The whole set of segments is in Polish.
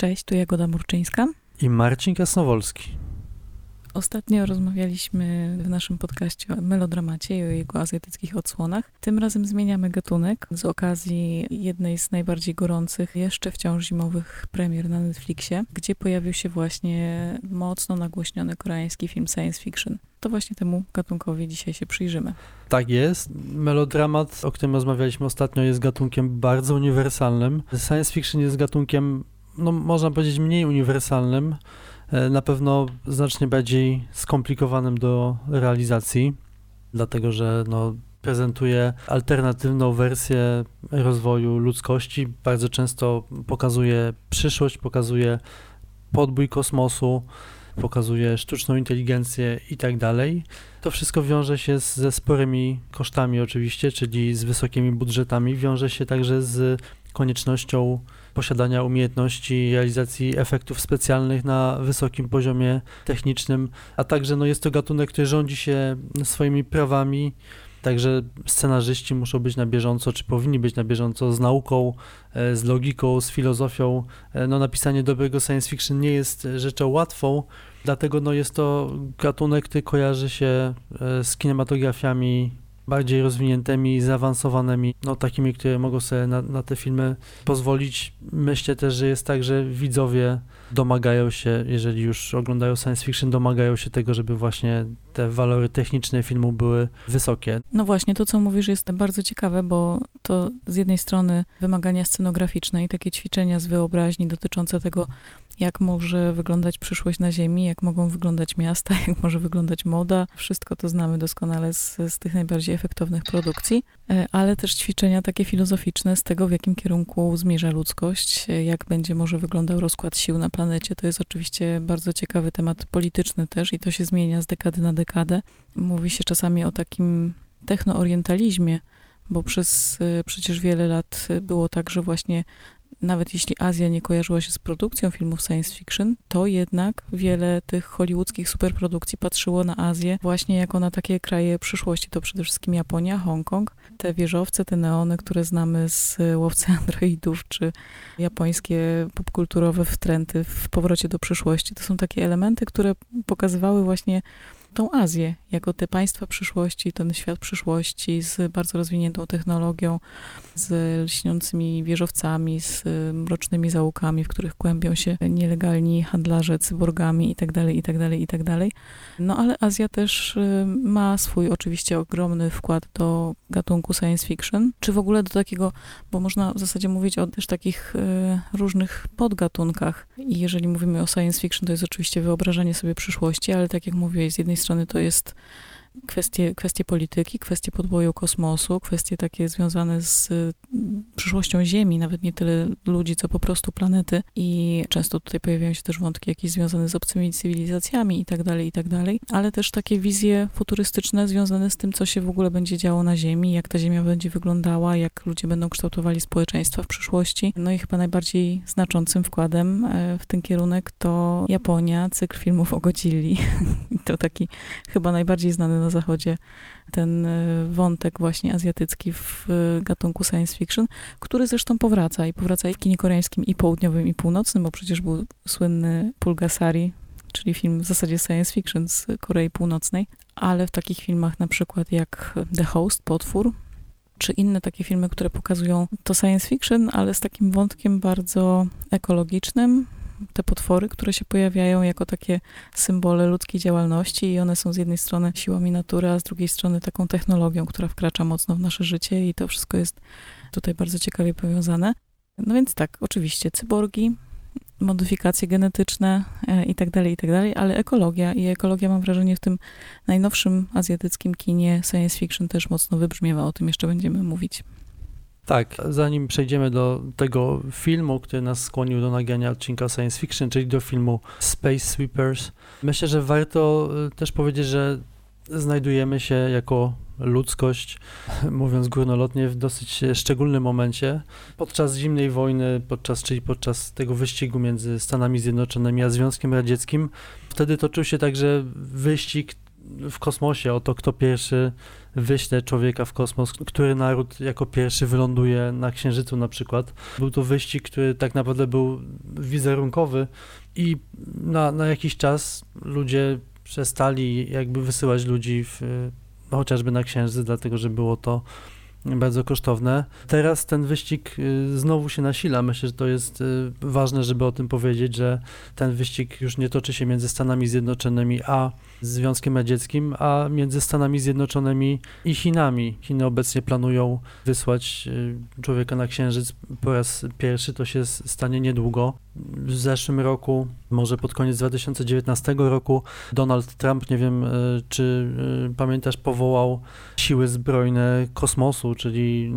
Cześć, tu Jagoda Murczyńska i Marcin Krasnowolski. Ostatnio rozmawialiśmy w naszym podcaście o melodramacie i o jego azjatyckich odsłonach. Tym razem zmieniamy gatunek z okazji jednej z najbardziej gorących, jeszcze wciąż zimowych premier na Netflixie, gdzie pojawił się właśnie mocno nagłośniony koreański film science fiction. To właśnie temu gatunkowi dzisiaj się przyjrzymy. Tak jest. Melodramat, o którym rozmawialiśmy ostatnio, jest gatunkiem bardzo uniwersalnym. Science fiction jest gatunkiem, można powiedzieć, mniej uniwersalnym. Na pewno znacznie bardziej skomplikowanym do realizacji, dlatego że prezentuje alternatywną wersję rozwoju ludzkości. Bardzo często pokazuje przyszłość, pokazuje podbój kosmosu, pokazuje sztuczną inteligencję i tak dalej. To wszystko wiąże się ze sporymi kosztami oczywiście, czyli z wysokimi budżetami. Wiąże się także z koniecznością posiadania umiejętności realizacji efektów specjalnych na wysokim poziomie technicznym, a także jest to gatunek, który rządzi się swoimi prawami, także scenarzyści muszą być na bieżąco, czy powinni być na bieżąco z nauką, z logiką, z filozofią. Napisanie dobrego science fiction nie jest rzeczą łatwą, dlatego jest to gatunek, który kojarzy się z kinematografiami bardziej rozwiniętymi, zaawansowanymi, takimi, które mogą sobie na te filmy pozwolić. Myślę też, że jest tak, że widzowie domagają się, jeżeli już oglądają science fiction, domagają się tego, żeby właśnie te walory techniczne filmu były wysokie. No właśnie, to co mówisz jest bardzo ciekawe, bo to z jednej strony wymagania scenograficzne i takie ćwiczenia z wyobraźni dotyczące tego, jak może wyglądać przyszłość na Ziemi, jak mogą wyglądać miasta, jak może wyglądać moda. Wszystko to znamy doskonale z tych najbardziej efektownych produkcji, ale też ćwiczenia takie filozoficzne z tego, w jakim kierunku zmierza ludzkość, jak będzie może wyglądał rozkład sił na planecie. To jest oczywiście bardzo ciekawy temat polityczny też i to się zmienia z dekady na dekadę. Mówi się czasami o takim technoorientalizmie, bo przez przecież wiele lat było tak, że właśnie nawet jeśli Azja nie kojarzyła się z produkcją filmów science fiction, to jednak wiele tych hollywoodzkich superprodukcji patrzyło na Azję właśnie jako na takie kraje przyszłości. To przede wszystkim Japonia, Hongkong. Te wieżowce, te neony, które znamy z Łowcy Androidów, czy japońskie popkulturowe wtręty w Powrocie do przyszłości. To są takie elementy, które pokazywały właśnie tą Azję, jako te państwa przyszłości, ten świat przyszłości z bardzo rozwiniętą technologią, z lśniącymi wieżowcami, z mrocznymi zaułkami, w których kłębią się nielegalni handlarze cyborgami itd., itd., itd. Ale Azja też ma swój oczywiście ogromny wkład do gatunku science fiction, czy w ogóle do takiego, bo można w zasadzie mówić o też takich różnych podgatunkach. I jeżeli mówimy o science fiction, to jest oczywiście wyobrażanie sobie przyszłości, ale tak jak mówiłeś, z jednej strony to jest kwestie polityki, kwestie podboju kosmosu, kwestie takie związane z przyszłością Ziemi, nawet nie tyle ludzi, co po prostu planety. I często tutaj pojawiają się też wątki jakieś związane z obcymi cywilizacjami i tak dalej, ale też takie wizje futurystyczne związane z tym, co się w ogóle będzie działo na Ziemi, jak ta Ziemia będzie wyglądała, jak ludzie będą kształtowali społeczeństwa w przyszłości. I chyba najbardziej znaczącym wkładem w ten kierunek to Japonia, cykl filmów o Godzilli. To taki chyba najbardziej znany na Zachodzie ten wątek właśnie azjatycki w gatunku science fiction, który zresztą powraca i w kinie koreańskim i południowym, i północnym, bo przecież był słynny Pulgasari, czyli film w zasadzie science fiction z Korei Północnej, ale w takich filmach na przykład jak The Host, Potwór, czy inne takie filmy, które pokazują to science fiction, ale z takim wątkiem bardzo ekologicznym. Te potwory, które się pojawiają jako takie symbole ludzkiej działalności i one są z jednej strony siłami natury, a z drugiej strony taką technologią, która wkracza mocno w nasze życie i to wszystko jest tutaj bardzo ciekawie powiązane. Więc tak, oczywiście cyborgi, modyfikacje genetyczne i tak dalej, ale ekologia mam wrażenie w tym najnowszym azjatyckim kinie science fiction też mocno wybrzmiewa, o tym jeszcze będziemy mówić. Tak, zanim przejdziemy do tego filmu, który nas skłonił do nagrania odcinka science fiction, czyli do filmu Space Sweepers, myślę, że warto też powiedzieć, że znajdujemy się jako ludzkość, mówiąc górnolotnie, w dosyć szczególnym momencie. Podczas zimnej wojny, podczas tego wyścigu między Stanami Zjednoczonymi a Związkiem Radzieckim, wtedy toczył się także wyścig w kosmosie, o to, kto pierwszy wyśle człowieka w kosmos, który naród jako pierwszy wyląduje na Księżycu na przykład. Był to wyścig, który tak naprawdę był wizerunkowy i na jakiś czas ludzie przestali jakby wysyłać ludzi chociażby na Księżyc, dlatego że było to bardzo kosztowne. Teraz ten wyścig znowu się nasila. Myślę, że to jest ważne, żeby o tym powiedzieć, że ten wyścig już nie toczy się między Stanami Zjednoczonymi a Związkiem Radzieckim, a między Stanami Zjednoczonymi i Chinami. Chiny obecnie planują wysłać człowieka na Księżyc po raz pierwszy, to się stanie niedługo. W zeszłym roku, może pod koniec 2019 roku, Donald Trump, nie wiem czy pamiętasz, powołał siły zbrojne kosmosu, czyli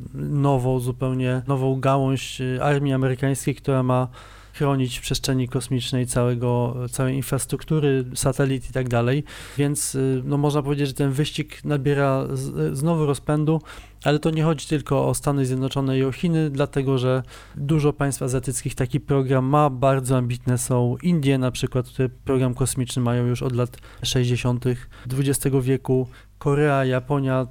zupełnie nową gałąź armii amerykańskiej, która ma chronić w przestrzeni kosmicznej całej infrastruktury, satelit i tak dalej, więc można powiedzieć, że ten wyścig nabiera znowu rozpędu, ale to nie chodzi tylko o Stany Zjednoczone i o Chiny, dlatego że dużo państw azjatyckich taki program ma, bardzo ambitne są Indie na przykład, które program kosmiczny mają już od lat 60. XX wieku, Korea, Japonia,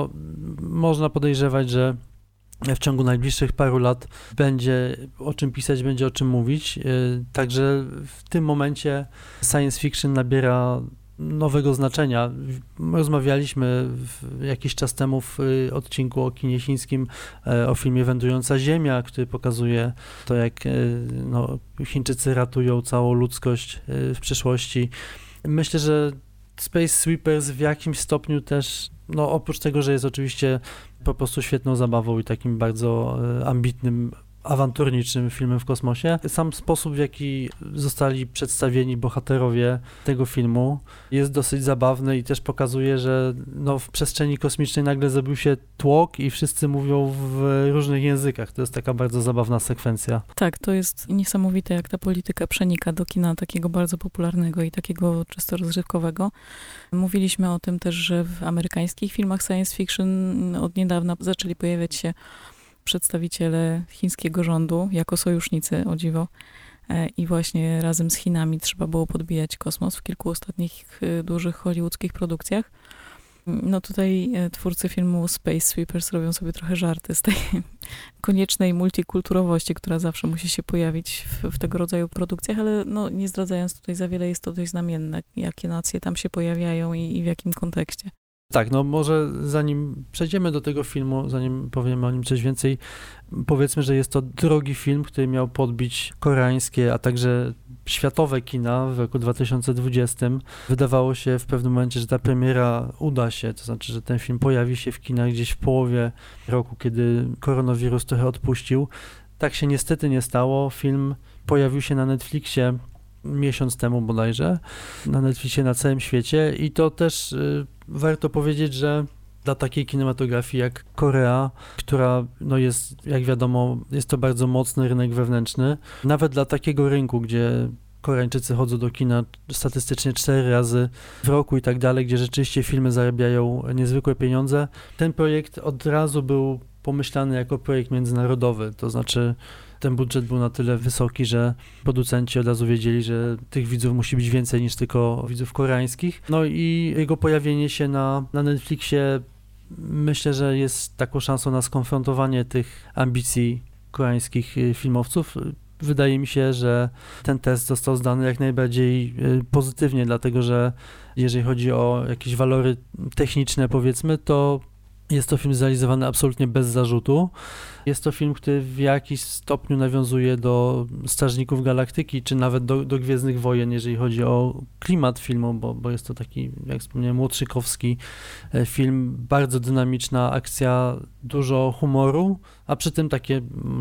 można podejrzewać, że w ciągu najbliższych paru lat będzie o czym pisać, będzie o czym mówić. Także w tym momencie science fiction nabiera nowego znaczenia. Rozmawialiśmy jakiś czas temu w odcinku o kinie chińskim o filmie Wędrująca Ziemia, który pokazuje to, jak Chińczycy ratują całą ludzkość w przyszłości. Myślę, że Space Sweepers w jakimś stopniu też, oprócz tego, że jest oczywiście po prostu świetną zabawą i takim bardzo ambitnym, awanturniczym filmem w kosmosie, sam sposób, w jaki zostali przedstawieni bohaterowie tego filmu jest dosyć zabawny i też pokazuje, że w przestrzeni kosmicznej nagle zrobił się tłok i wszyscy mówią w różnych językach. To jest taka bardzo zabawna sekwencja. Tak, to jest niesamowite, jak ta polityka przenika do kina takiego bardzo popularnego i takiego czysto rozrywkowego. Mówiliśmy o tym też, że w amerykańskich filmach science fiction od niedawna zaczęli pojawiać się przedstawiciele chińskiego rządu jako sojusznicy, o dziwo. I właśnie razem z Chinami trzeba było podbijać kosmos w kilku ostatnich dużych hollywoodzkich produkcjach. Tutaj twórcy filmu Space Sweepers robią sobie trochę żarty z tej koniecznej multikulturowości, która zawsze musi się pojawić w tego rodzaju produkcjach, ale nie zdradzając tutaj za wiele, jest to dość znamienne, jakie nacje tam się pojawiają i w jakim kontekście. Tak, może zanim przejdziemy do tego filmu, zanim powiemy o nim coś więcej, powiedzmy, że jest to drogi film, który miał podbić koreańskie, a także światowe kina w roku 2020. Wydawało się w pewnym momencie, że ta premiera uda się, to znaczy, że ten film pojawi się w kinach gdzieś w połowie roku, kiedy koronawirus trochę odpuścił. Tak się niestety nie stało. Film pojawił się na Netflixie miesiąc temu bodajże, na Netflixie na całym świecie i to też warto powiedzieć, że dla takiej kinematografii jak Korea, która jest, jak wiadomo, jest to bardzo mocny rynek wewnętrzny, nawet dla takiego rynku, gdzie Koreańczycy chodzą do kina statystycznie 4 razy w roku i tak dalej, gdzie rzeczywiście filmy zarabiają niezwykłe pieniądze, ten projekt od razu był pomyślany jako projekt międzynarodowy, to znaczy ten budżet był na tyle wysoki, że producenci od razu wiedzieli, że tych widzów musi być więcej niż tylko widzów koreańskich. I jego pojawienie się na Netflixie myślę, że jest taką szansą na skonfrontowanie tych ambicji koreańskich filmowców. Wydaje mi się, że ten test został zdany jak najbardziej pozytywnie, dlatego że jeżeli chodzi o jakieś walory techniczne, powiedzmy, to jest to film zrealizowany absolutnie bez zarzutu. Jest to film, który w jakiś stopniu nawiązuje do Strażników Galaktyki, czy nawet do Gwiezdnych Wojen, jeżeli chodzi o klimat filmu, bo jest to taki, jak wspomniałem, młodszykowski film, bardzo dynamiczna akcja, dużo humoru, a przy tym takie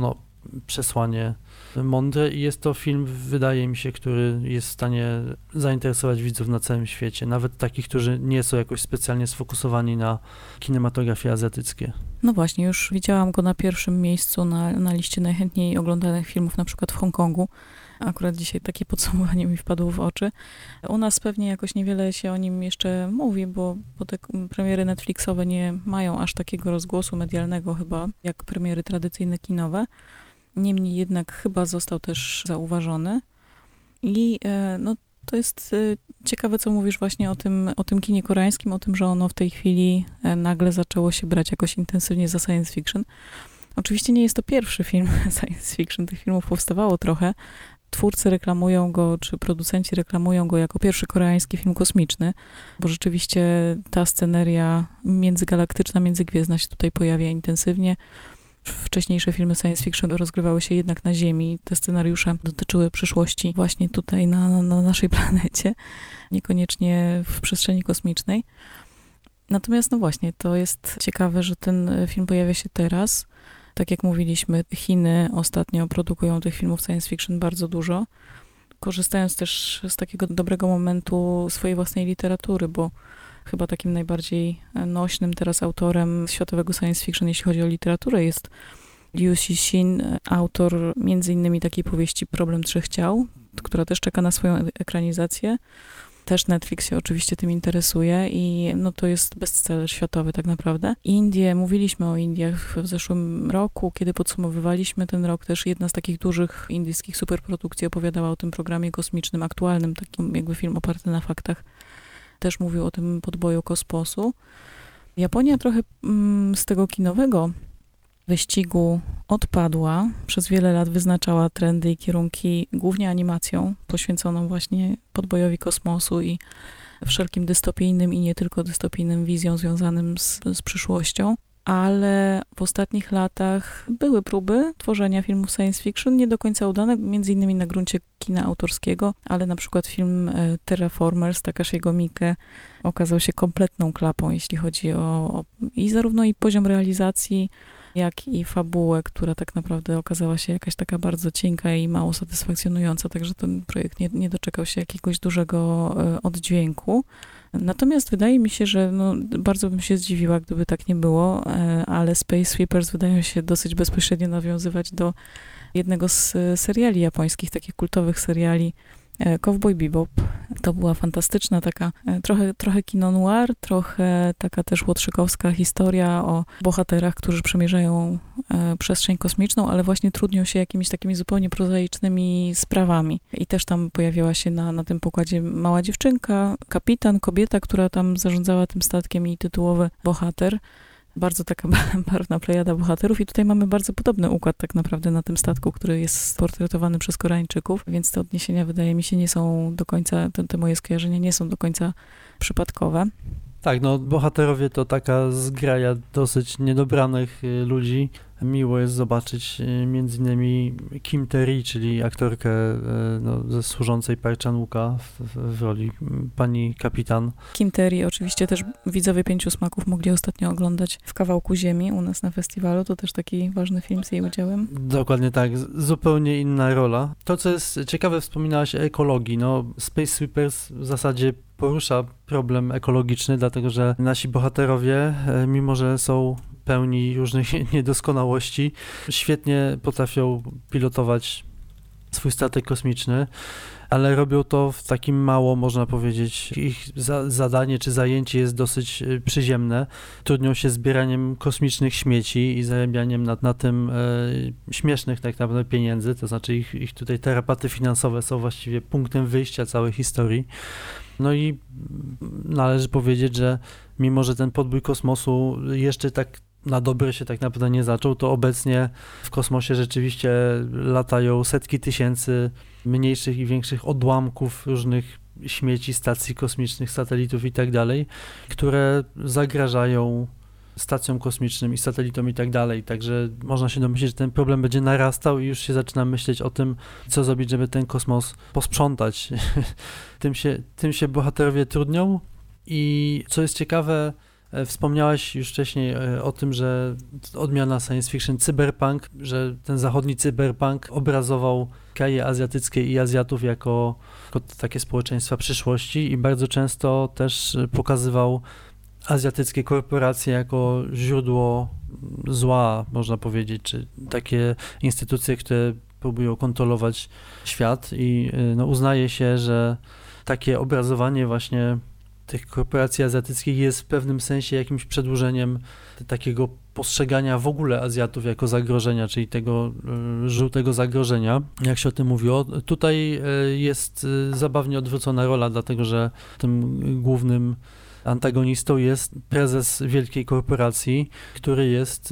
przesłanie mądre i jest to film, wydaje mi się, który jest w stanie zainteresować widzów na całym świecie, nawet takich, którzy nie są jakoś specjalnie sfokusowani na kinematografie azjatyckie. No właśnie, już widziałam go na pierwszym miejscu na liście najchętniej oglądanych filmów, na przykład w Hongkongu. Akurat dzisiaj takie podsumowanie mi wpadło w oczy. U nas pewnie jakoś niewiele się o nim jeszcze mówi, bo te premiery Netflixowe nie mają aż takiego rozgłosu medialnego chyba, jak premiery tradycyjne kinowe. Niemniej jednak chyba został też zauważony. I To jest ciekawe, co mówisz właśnie o tym kinie koreańskim, o tym, że ono w tej chwili nagle zaczęło się brać jakoś intensywnie za science fiction. Oczywiście nie jest to pierwszy film science fiction, tych filmów powstawało trochę. Twórcy reklamują go, czy producenci reklamują go jako pierwszy koreański film kosmiczny, bo rzeczywiście ta sceneria międzygalaktyczna, międzygwiezdna się tutaj pojawia intensywnie. Wcześniejsze filmy science fiction rozgrywały się jednak na Ziemi. Te scenariusze dotyczyły przyszłości właśnie tutaj na naszej planecie, niekoniecznie w przestrzeni kosmicznej. Natomiast no właśnie, to jest ciekawe, że ten film pojawia się teraz. Tak jak mówiliśmy, Chiny ostatnio produkują tych filmów science fiction bardzo dużo, korzystając też z takiego dobrego momentu swojej własnej literatury, bo chyba takim najbardziej nośnym teraz autorem światowego science fiction, jeśli chodzi o literaturę, jest Liu Cixin, autor między innymi takiej powieści Problem trzech ciał, która też czeka na swoją ekranizację. Też Netflix się oczywiście tym interesuje i no to jest bestseller światowy tak naprawdę. Indie, mówiliśmy o Indiach w zeszłym roku, kiedy podsumowywaliśmy ten rok, też jedna z takich dużych indyjskich superprodukcji opowiadała o tym programie kosmicznym aktualnym, takim jakby film oparty na faktach. Też mówił o tym podboju kosmosu. Japonia trochę z tego kinowego wyścigu odpadła. Przez wiele lat wyznaczała trendy i kierunki głównie animacją, poświęconą właśnie podbojowi kosmosu i wszelkim dystopijnym i nie tylko dystopijnym wizjom związanym z przyszłością. Ale w ostatnich latach były próby tworzenia filmów science fiction, nie do końca udane, między innymi na gruncie kina autorskiego, ale na przykład film Terraformers Takashiego Miike okazał się kompletną klapą, jeśli chodzi o i zarówno i poziom realizacji, jak i fabułę, która tak naprawdę okazała się jakaś taka bardzo cienka i mało satysfakcjonująca, także ten projekt nie doczekał się jakiegoś dużego oddźwięku. Natomiast wydaje mi się, że no, bardzo bym się zdziwiła, gdyby tak nie było, ale Space Sweepers wydają się dosyć bezpośrednio nawiązywać do jednego z seriali japońskich, takich kultowych seriali Cowboy Bebop. To była fantastyczna taka, trochę kino noir, trochę taka też łotrzykowska historia o bohaterach, którzy przemierzają przestrzeń kosmiczną, ale właśnie trudnią się jakimiś takimi zupełnie prozaicznymi sprawami. I też tam pojawiała się na tym pokładzie mała dziewczynka, kapitan, kobieta, która tam zarządzała tym statkiem i tytułowy bohater. Bardzo taka barwna plejada bohaterów i tutaj mamy bardzo podobny układ tak naprawdę na tym statku, który jest sportretowany przez Koreańczyków, więc te odniesienia wydaje mi się nie są do końca, te moje skojarzenia nie są do końca przypadkowe. Tak, no bohaterowie to taka zgraja dosyć niedobranych ludzi. Miło jest zobaczyć między innymi Kim Tae-ri, czyli aktorkę ze służącej Park Chan-wooka w roli pani kapitan. Kim Tae-ri oczywiście też widzowie Pięciu Smaków mogli ostatnio oglądać w Kawałku Ziemi u nas na festiwalu. To też taki ważny film z jej udziałem. Dokładnie tak, zupełnie inna rola. To, co jest ciekawe, wspominałaś o ekologii. No, Space Sweepers w zasadzie porusza problem ekologiczny, dlatego że nasi bohaterowie, mimo że są pełni różnych niedoskonałości, świetnie potrafią pilotować swój statek kosmiczny, ale robią to w takim mało, można powiedzieć, ich zadanie czy zajęcie jest dosyć przyziemne. Trudnią się zbieraniem kosmicznych śmieci i zarabianiem na tym śmiesznych tak naprawdę pieniędzy, to znaczy ich tutaj tarapaty finansowe są właściwie punktem wyjścia całej historii. No i należy powiedzieć, że mimo, że ten podbój kosmosu jeszcze tak na dobre się tak naprawdę nie zaczął, to obecnie w kosmosie rzeczywiście latają setki tysięcy mniejszych i większych odłamków różnych śmieci, stacji kosmicznych, satelitów i tak dalej, które zagrażają stacjom kosmicznym i satelitom i tak dalej. Także można się domyślić, że ten problem będzie narastał i już się zaczyna myśleć o tym, co zrobić, żeby ten kosmos posprzątać. Tym się bohaterowie trudnią i co jest ciekawe, wspomniałaś już wcześniej o tym, że odmiana science fiction cyberpunk, że ten zachodni cyberpunk obrazował kraje azjatyckie i Azjatów jako takie społeczeństwa przyszłości i bardzo często też pokazywał azjatyckie korporacje jako źródło zła, można powiedzieć, czy takie instytucje, które próbują kontrolować świat i uznaje się, że takie obrazowanie właśnie tych korporacji azjatyckich jest w pewnym sensie jakimś przedłużeniem takiego postrzegania w ogóle Azjatów jako zagrożenia, czyli tego żółtego zagrożenia, jak się o tym mówiło. Tutaj jest zabawnie odwrócona rola, dlatego że tym głównym antagonistą jest prezes wielkiej korporacji, który jest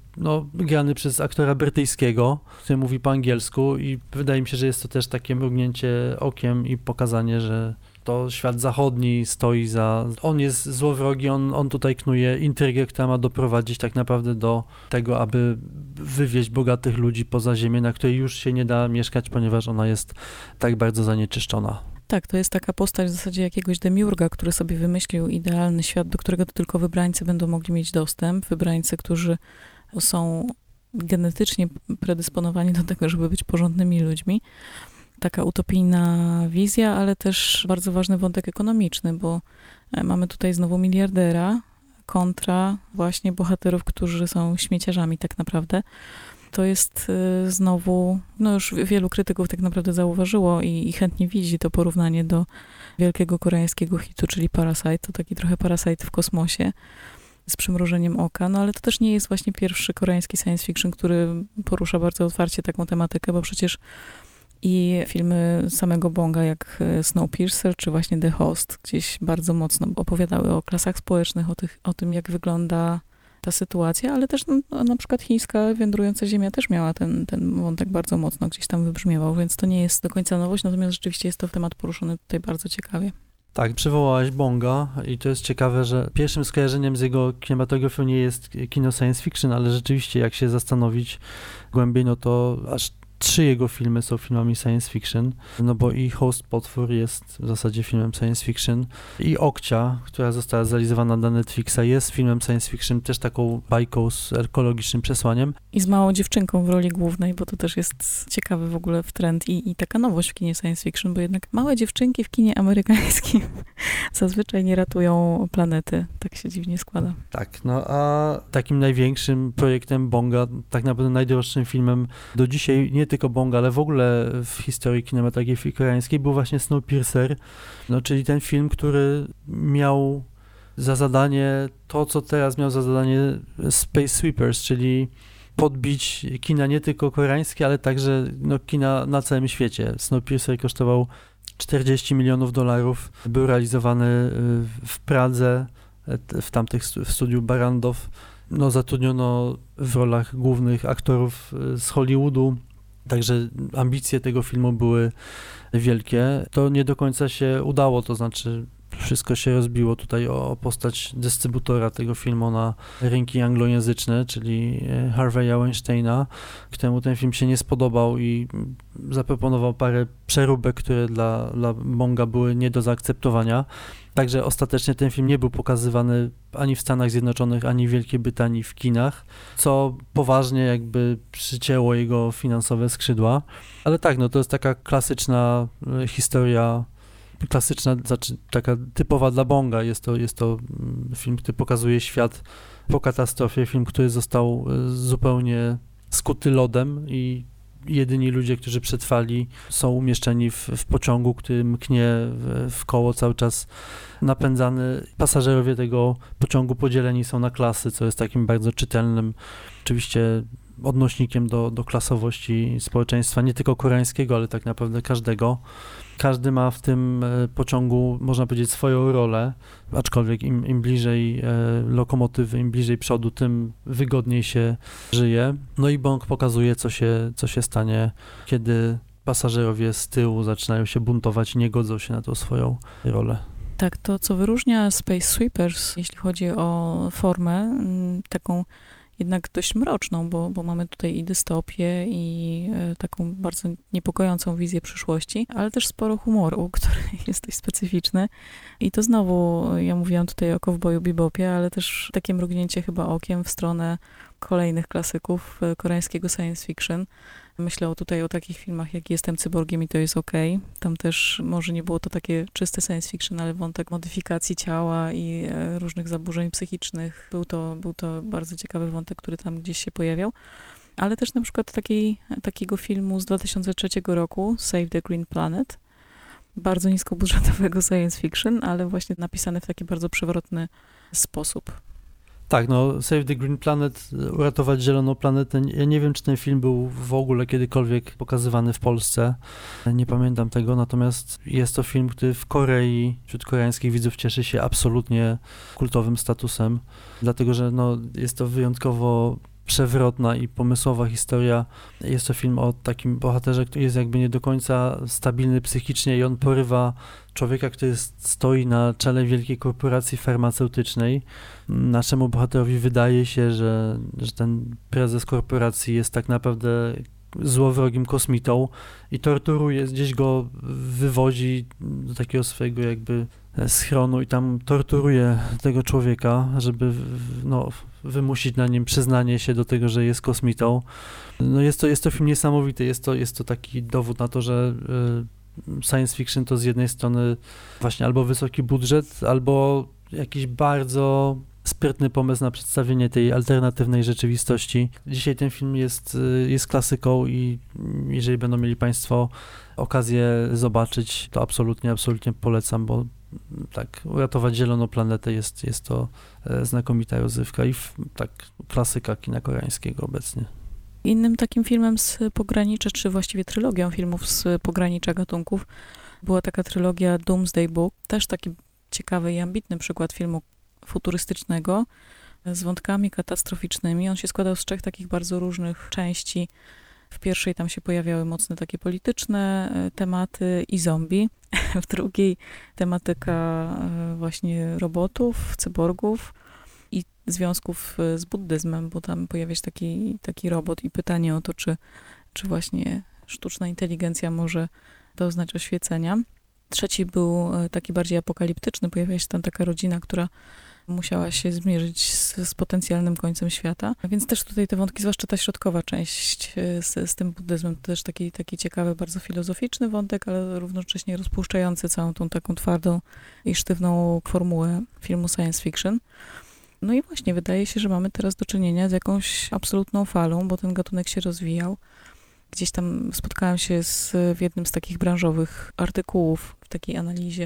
grany przez aktora brytyjskiego, który mówi po angielsku i wydaje mi się, że jest to też takie mrugnięcie okiem i pokazanie, że to świat zachodni stoi za... On jest złowrogi, on tutaj knuje intrygę, która ma doprowadzić tak naprawdę do tego, aby wywieźć bogatych ludzi poza ziemię, na której już się nie da mieszkać, ponieważ ona jest tak bardzo zanieczyszczona. Tak, to jest taka postać w zasadzie jakiegoś demiurga, który sobie wymyślił idealny świat, do którego tylko wybrańcy będą mogli mieć dostęp. Wybrańcy, którzy są genetycznie predysponowani do tego, żeby być porządnymi ludźmi. Taka utopijna wizja, ale też bardzo ważny wątek ekonomiczny, bo mamy tutaj znowu miliardera kontra właśnie bohaterów, którzy są śmieciarzami tak naprawdę. To jest znowu, już wielu krytyków tak naprawdę zauważyło i chętnie widzi to porównanie do wielkiego koreańskiego hitu, czyli Parasite. To taki trochę Parasite w kosmosie z przymrużeniem oka, ale to też nie jest właśnie pierwszy koreański science fiction, który porusza bardzo otwarcie taką tematykę, bo przecież i filmy samego Bonga, jak Snowpiercer, czy właśnie The Host, gdzieś bardzo mocno opowiadały o klasach społecznych, o tym, jak wygląda ta sytuacja, ale też na przykład chińska wędrująca ziemia też miała ten wątek bardzo mocno gdzieś tam wybrzmiewał, więc to nie jest do końca nowość, natomiast rzeczywiście jest to temat poruszony tutaj bardzo ciekawie. Tak, przywołałaś Bonga i to jest ciekawe, że pierwszym skojarzeniem z jego kinematografią nie jest kino science fiction, ale rzeczywiście jak się zastanowić głębiej, to aż 3 jego filmy są filmami science fiction, bo i Host Potwór jest w zasadzie filmem science fiction i Okcia, która została zrealizowana na Netflixa, jest filmem science fiction, też taką bajką z ekologicznym przesłaniem. I z małą dziewczynką w roli głównej, bo to też jest ciekawy w ogóle trend i taka nowość w kinie science fiction, bo jednak małe dziewczynki w kinie amerykańskim zazwyczaj nie ratują planety. Tak się dziwnie składa. Tak, a takim największym projektem Bonga, tak naprawdę najdroższym filmem do dzisiaj, nie tylko Bonga, ale w ogóle w historii kinematografii koreańskiej był właśnie Snowpiercer, czyli ten film, który miał za zadanie to, co teraz miał za zadanie Space Sweepers, czyli podbić kina nie tylko koreańskie, ale także kina na całym świecie. Snowpiercer kosztował $40 milionów, był realizowany w Pradze, w studiu Barandow. Zatrudniono w rolach głównych aktorów z Hollywoodu, także ambicje tego filmu były wielkie. To nie do końca się udało, to znaczy wszystko się rozbiło tutaj o postać dystrybutora tego filmu na rynki anglojęzyczne, czyli Harvey'a Weinsteina, któremu ten film się nie spodobał i zaproponował parę przeróbek, które dla Bonga były nie do zaakceptowania. Także ostatecznie ten film nie był pokazywany ani w Stanach Zjednoczonych, ani w Wielkiej Brytanii w kinach, co poważnie jakby przycięło jego finansowe skrzydła. Ale tak, to jest taka klasyczna historia, znaczy taka typowa dla Bonga. Jest to film, który pokazuje świat po katastrofie, film, który został zupełnie skuty lodem i jedyni ludzie, którzy przetrwali, są umieszczeni w pociągu, który mknie w koło cały czas napędzany. Pasażerowie tego pociągu podzieleni są na klasy, co jest takim bardzo czytelnym, oczywiście odnośnikiem do klasowości społeczeństwa, nie tylko koreańskiego, ale tak naprawdę każdego. Każdy ma w tym pociągu, można powiedzieć, swoją rolę, aczkolwiek im bliżej lokomotywy, im bliżej przodu, tym wygodniej się żyje. I Bong pokazuje, co się stanie, kiedy pasażerowie z tyłu zaczynają się buntować i nie godzą się na tą swoją rolę. Tak, to co wyróżnia Space Sweepers, jeśli chodzi o formę, taką jednak dość mroczną, bo mamy tutaj i dystopię, i taką bardzo niepokojącą wizję przyszłości, ale też sporo humoru, który jest dość specyficzny. I to znowu, ja mówiłam tutaj o Kowboju Bebopie, ale też takie mrugnięcie chyba okiem w stronę kolejnych klasyków koreańskiego science fiction. Myślę tutaj o takich filmach, jak Jestem cyborgiem i to jest okej. Tam też może nie było to takie czyste science fiction, ale wątek modyfikacji ciała i różnych zaburzeń psychicznych. Był to bardzo ciekawy wątek, który tam gdzieś się pojawiał. Ale też na przykład takiego filmu z 2003 roku, Save the Green Planet, bardzo niskobudżetowego science fiction, ale właśnie napisany w taki bardzo przewrotny sposób. Tak, no Save the Green Planet, uratować zieloną planetę. Ja nie wiem, czy ten film był w ogóle kiedykolwiek pokazywany w Polsce. Nie pamiętam tego, natomiast jest to film, który w Korei, wśród koreańskich widzów cieszy się absolutnie kultowym statusem, dlatego że no, jest to wyjątkowo przewrotna i pomysłowa historia. Jest to film o takim bohaterze, który jest jakby nie do końca stabilny psychicznie i on porywa człowieka, który stoi na czele wielkiej korporacji farmaceutycznej. Naszemu bohaterowi wydaje się, że ten prezes korporacji jest tak naprawdę złowrogim kosmitą i torturuje, gdzieś go wywozi do takiego swojego jakby schronu i tam torturuje tego człowieka, żeby wymusić na nim przyznanie się do tego, że jest kosmitą. No jest to film niesamowity, jest to taki dowód na to, że science fiction to z jednej strony właśnie albo wysoki budżet, albo jakiś bardzo sprytny pomysł na przedstawienie tej alternatywnej rzeczywistości. Dzisiaj ten film jest klasyką i jeżeli będą mieli Państwo okazję zobaczyć, to absolutnie polecam, bo tak, uratować zieloną planetę jest to znakomita rozrywka i tak klasyka kina koreańskiego obecnie. Innym takim filmem z pogranicza, czy właściwie trylogią filmów z pogranicza gatunków była taka trylogia Doomsday Book, też taki ciekawy i ambitny przykład filmu futurystycznego z wątkami katastroficznymi. On się składał z 3 takich bardzo różnych części. W pierwszej tam się pojawiały mocne takie polityczne tematy i zombie. W drugiej tematyka właśnie robotów, cyborgów i związków z buddyzmem, bo tam pojawia się taki robot i pytanie o to, czy właśnie sztuczna inteligencja może doznać oświecenia. Trzeci był taki bardziej apokaliptyczny. Pojawia się tam taka rodzina, która musiała się zmierzyć z potencjalnym końcem świata. Więc też tutaj te wątki, zwłaszcza ta środkowa część z tym buddyzmem, to też taki ciekawy, bardzo filozoficzny wątek, ale równocześnie rozpuszczający całą tą taką twardą i sztywną formułę filmu science fiction. No i właśnie wydaje się, że mamy teraz do czynienia z jakąś absolutną falą, bo ten gatunek się rozwijał. Gdzieś tam spotkałam się w jednym z takich branżowych artykułów w takiej analizie,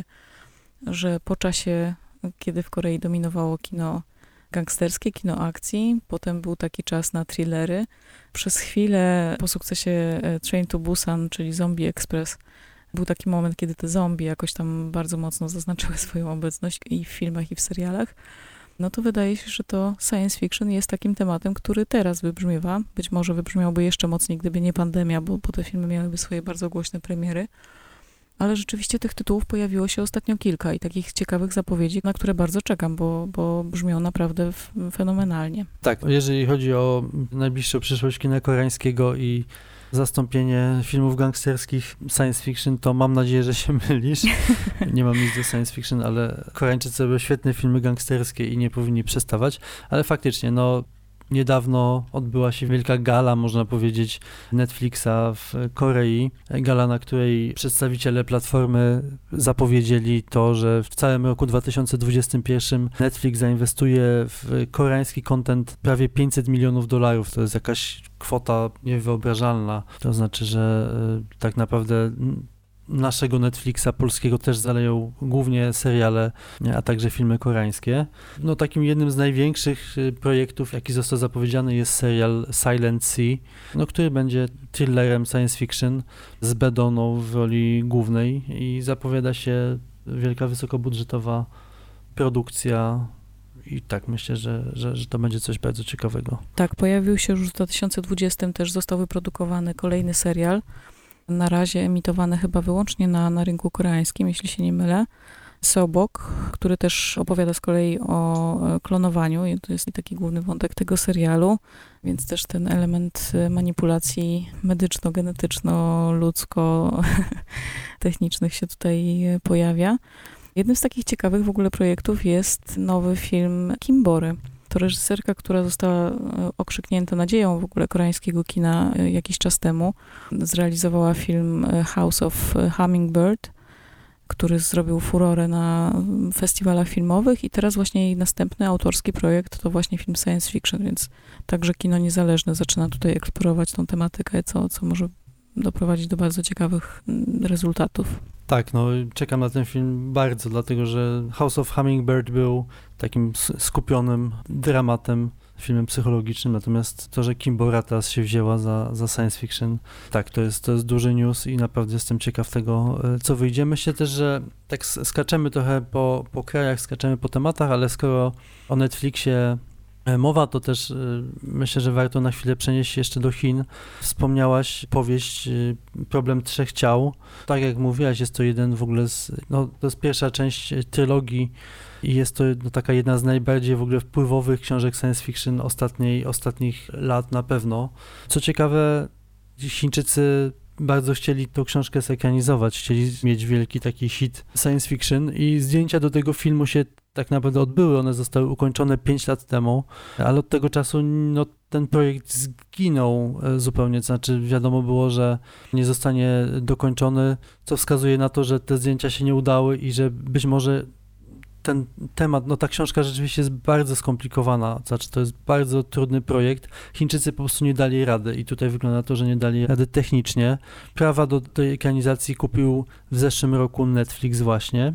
że po czasie, kiedy w Korei dominowało kino gangsterskie, kino akcji, potem był taki czas na thrillery. Przez chwilę po sukcesie Train to Busan, czyli Zombie Express, był taki moment, kiedy te zombie jakoś tam bardzo mocno zaznaczyły swoją obecność i w filmach, i w serialach. No to wydaje się, że to science fiction jest takim tematem, który teraz wybrzmiewa. Być może wybrzmiałby jeszcze mocniej, gdyby nie pandemia, bo te filmy miałyby swoje bardzo głośne premiery. Ale rzeczywiście tych tytułów pojawiło się ostatnio kilka i takich ciekawych zapowiedzi, na które bardzo czekam, bo brzmią naprawdę fenomenalnie. Tak, jeżeli chodzi o najbliższą przyszłość kina koreańskiego i zastąpienie filmów gangsterskich science fiction, to mam nadzieję, że się mylisz. Nie mam nic do science fiction, ale Koreańczycy robią świetne filmy gangsterskie i nie powinni przestawać, ale faktycznie, niedawno odbyła się wielka gala, można powiedzieć, Netflixa w Korei. Gala, na której przedstawiciele platformy zapowiedzieli to, że w całym roku 2021 Netflix zainwestuje w koreański content prawie $500 milionów. To jest jakaś kwota niewyobrażalna. To znaczy, że tak naprawdę naszego Netflixa polskiego też zaleją głównie seriale, a także filmy koreańskie. Takim jednym z największych projektów, jaki został zapowiedziany, jest serial Silent Sea, który będzie thrillerem science fiction z Bedoną w roli głównej i zapowiada się wielka, wysokobudżetowa produkcja i tak myślę, że to będzie coś bardzo ciekawego. Tak, pojawił się już w 2020, też został wyprodukowany kolejny serial, na razie emitowany chyba wyłącznie na rynku koreańskim, jeśli się nie mylę. Seobok, który też opowiada z kolei o klonowaniu i to jest taki główny wątek tego serialu, więc też ten element manipulacji medyczno-genetyczno-ludzko-technicznych się tutaj pojawia. Jednym z takich ciekawych w ogóle projektów jest nowy film Kimbory. To reżyserka, która została okrzyknięta nadzieją w ogóle koreańskiego kina jakiś czas temu. Zrealizowała film House of Hummingbird, który zrobił furorę na festiwalach filmowych i teraz właśnie jej następny autorski projekt to właśnie film science fiction, więc także kino niezależne zaczyna tutaj eksplorować tą tematykę, co może doprowadzić do bardzo ciekawych rezultatów. Tak, no czekam na ten film bardzo, dlatego że House of Hummingbird był takim skupionym dramatem, filmem psychologicznym, natomiast to, że Kimbora teraz się wzięła za science fiction, tak, to jest duży news i naprawdę jestem ciekaw tego, co wyjdzie. Myślę też, że tak skaczemy trochę po krajach, skaczemy po tematach, ale skoro o Netflixie mowa, to też myślę, że warto na chwilę przenieść się jeszcze do Chin. Wspomniałaś powieść Problem trzech ciał. Tak jak mówiłaś, jest to jeden w ogóle to jest pierwsza część trylogii i jest to taka jedna z najbardziej w ogóle wpływowych książek science fiction ostatnich lat na pewno. Co ciekawe, Chińczycy bardzo chcieli tą książkę zekranizować, chcieli mieć wielki taki hit science fiction i zdjęcia do tego filmu się tak naprawdę odbyły, one zostały ukończone 5 lat temu, ale od tego czasu ten projekt zginął zupełnie, to znaczy wiadomo było, że nie zostanie dokończony, co wskazuje na to, że te zdjęcia się nie udały i że być może ten temat, ta książka rzeczywiście jest bardzo skomplikowana, to znaczy to jest bardzo trudny projekt. Chińczycy po prostu nie dali rady i tutaj wygląda na to, że nie dali rady technicznie. Prawa do tej ekranizacji kupił w zeszłym roku Netflix właśnie.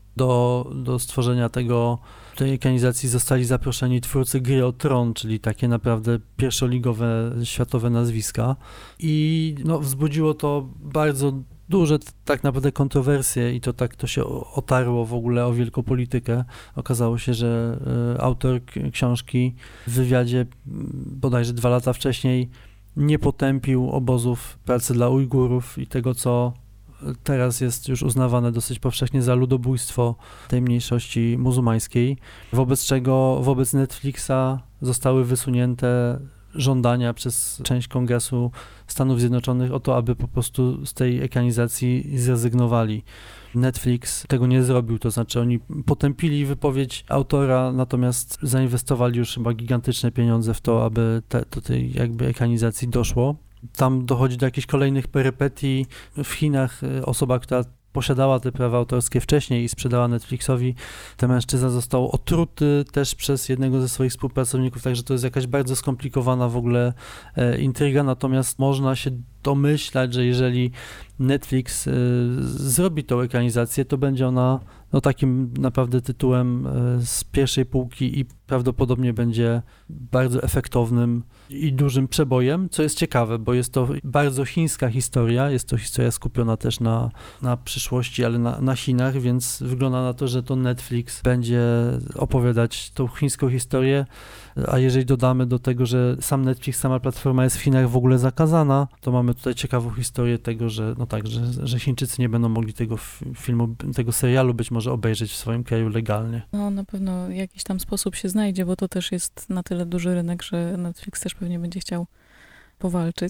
Do stworzenia tej ekranizacji zostali zaproszeni twórcy Gry o Tron, czyli takie naprawdę pierwszoligowe, światowe nazwiska i wzbudziło to bardzo duże tak naprawdę kontrowersje i to się otarło w ogóle o wielką politykę. Okazało się, że autor książki w wywiadzie bodajże 2 lata wcześniej nie potępił obozów pracy dla Ujgurów i tego, co teraz jest już uznawane dosyć powszechnie za ludobójstwo tej mniejszości muzułmańskiej, wobec czego wobec Netflixa zostały wysunięte żądania przez część Kongresu Stanów Zjednoczonych o to, aby po prostu z tej ekranizacji zrezygnowali. Netflix tego nie zrobił, to znaczy oni potępili wypowiedź autora, natomiast zainwestowali już chyba gigantyczne pieniądze w to, aby do tej jakby ekranizacji doszło. Tam dochodzi do jakichś kolejnych perypetii. W Chinach osoba, która posiadała te prawa autorskie wcześniej i sprzedała Netflixowi, ten mężczyzna został otruty też przez jednego ze swoich współpracowników, także to jest jakaś bardzo skomplikowana w ogóle intryga, natomiast można się domyślać, że jeżeli Netflix zrobi tą ekranizację, to będzie ona takim naprawdę tytułem z pierwszej półki i prawdopodobnie będzie bardzo efektownym i dużym przebojem, co jest ciekawe, bo jest to bardzo chińska historia, jest to historia skupiona też na przyszłości, ale na Chinach, więc wygląda na to, że to Netflix będzie opowiadać tą chińską historię, a jeżeli dodamy do tego, że sam Netflix, sama platforma jest w Chinach w ogóle zakazana, to mamy tutaj ciekawą historię tego, że że Chińczycy nie będą mogli tego filmu, tego serialu być może obejrzeć w swoim kraju legalnie. Na pewno jakiś tam sposób się znajdzie, bo to też jest na tyle duży rynek, że Netflix też pewnie będzie chciał powalczyć.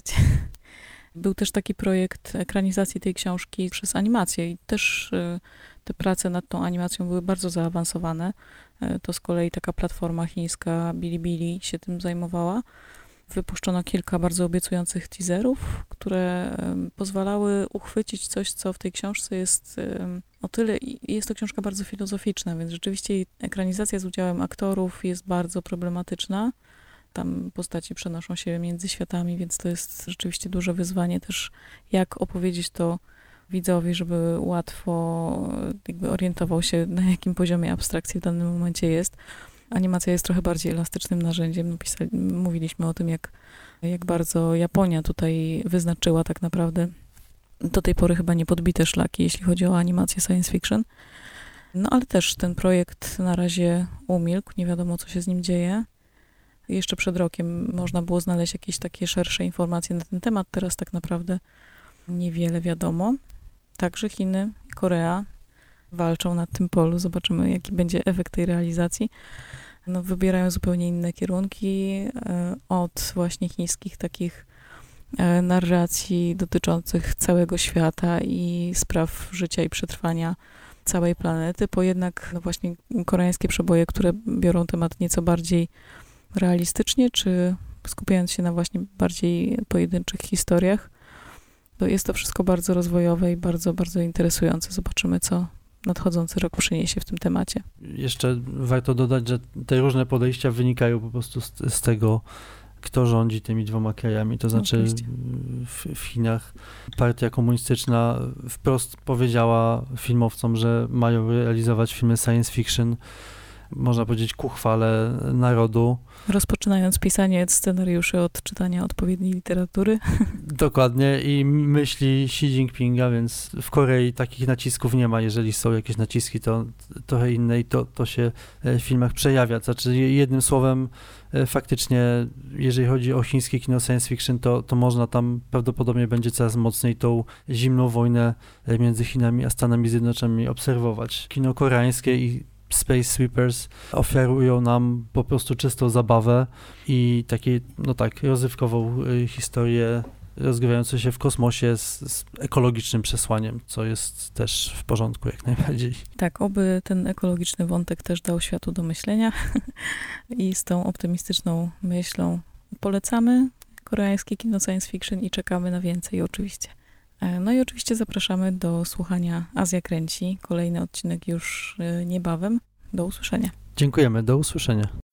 Był też taki projekt ekranizacji tej książki przez animację i też te prace nad tą animacją były bardzo zaawansowane. To z kolei taka platforma chińska Bilibili się tym zajmowała. Wypuszczono kilka bardzo obiecujących teaserów, które pozwalały uchwycić coś, co w tej książce jest o tyle, i jest to książka bardzo filozoficzna, więc rzeczywiście jej ekranizacja z udziałem aktorów jest bardzo problematyczna. Tam postaci przenoszą się między światami, więc to jest rzeczywiście duże wyzwanie też, jak opowiedzieć to widzowi, żeby łatwo jakby orientował się, na jakim poziomie abstrakcji w danym momencie jest. Animacja jest trochę bardziej elastycznym narzędziem. Mówiliśmy o tym, jak bardzo Japonia tutaj wyznaczyła tak naprawdę do tej pory chyba niepodbite szlaki, jeśli chodzi o animację science fiction. Ale też ten projekt na razie umilkł, nie wiadomo, co się z nim dzieje. Jeszcze przed rokiem można było znaleźć jakieś takie szersze informacje na ten temat, teraz tak naprawdę niewiele wiadomo. Także Chiny i Korea walczą na tym polu, zobaczymy, jaki będzie efekt tej realizacji. Wybierają zupełnie inne kierunki od właśnie chińskich takich narracji dotyczących całego świata i spraw życia i przetrwania całej planety, po jednak właśnie koreańskie przeboje, które biorą temat nieco bardziej realistycznie, czy skupiając się na właśnie bardziej pojedynczych historiach. To jest to wszystko bardzo rozwojowe i bardzo, bardzo interesujące. Zobaczymy, co nadchodzący rok przyniesie w tym temacie. Jeszcze warto dodać, że te różne podejścia wynikają po prostu z tego, kto rządzi tymi 2 krajami. To znaczy w Chinach. Partia komunistyczna wprost powiedziała filmowcom, że mają realizować filmy science fiction, można powiedzieć ku chwale narodu. Rozpoczynając pisanie scenariuszy od czytania odpowiedniej literatury. Dokładnie i myśli Xi Jinpinga, więc w Korei takich nacisków nie ma. Jeżeli są jakieś naciski, to trochę inne i to się w filmach przejawia. Znaczy jednym słowem faktycznie, jeżeli chodzi o chińskie kino science fiction, to można tam prawdopodobnie będzie coraz mocniej tą zimną wojnę między Chinami a Stanami Zjednoczonymi obserwować. Kino koreańskie i Space Sweepers oferują nam po prostu czystą zabawę i takie, rozrywkową historię rozgrywającą się w kosmosie z ekologicznym przesłaniem, co jest też w porządku jak najbardziej. Tak, oby ten ekologiczny wątek też dał światu do myślenia i z tą optymistyczną myślą polecamy koreańskie kino science fiction i czekamy na więcej oczywiście. No i oczywiście zapraszamy do słuchania Azja Kręci. Kolejny odcinek już niebawem. Do usłyszenia. Dziękujemy, do usłyszenia.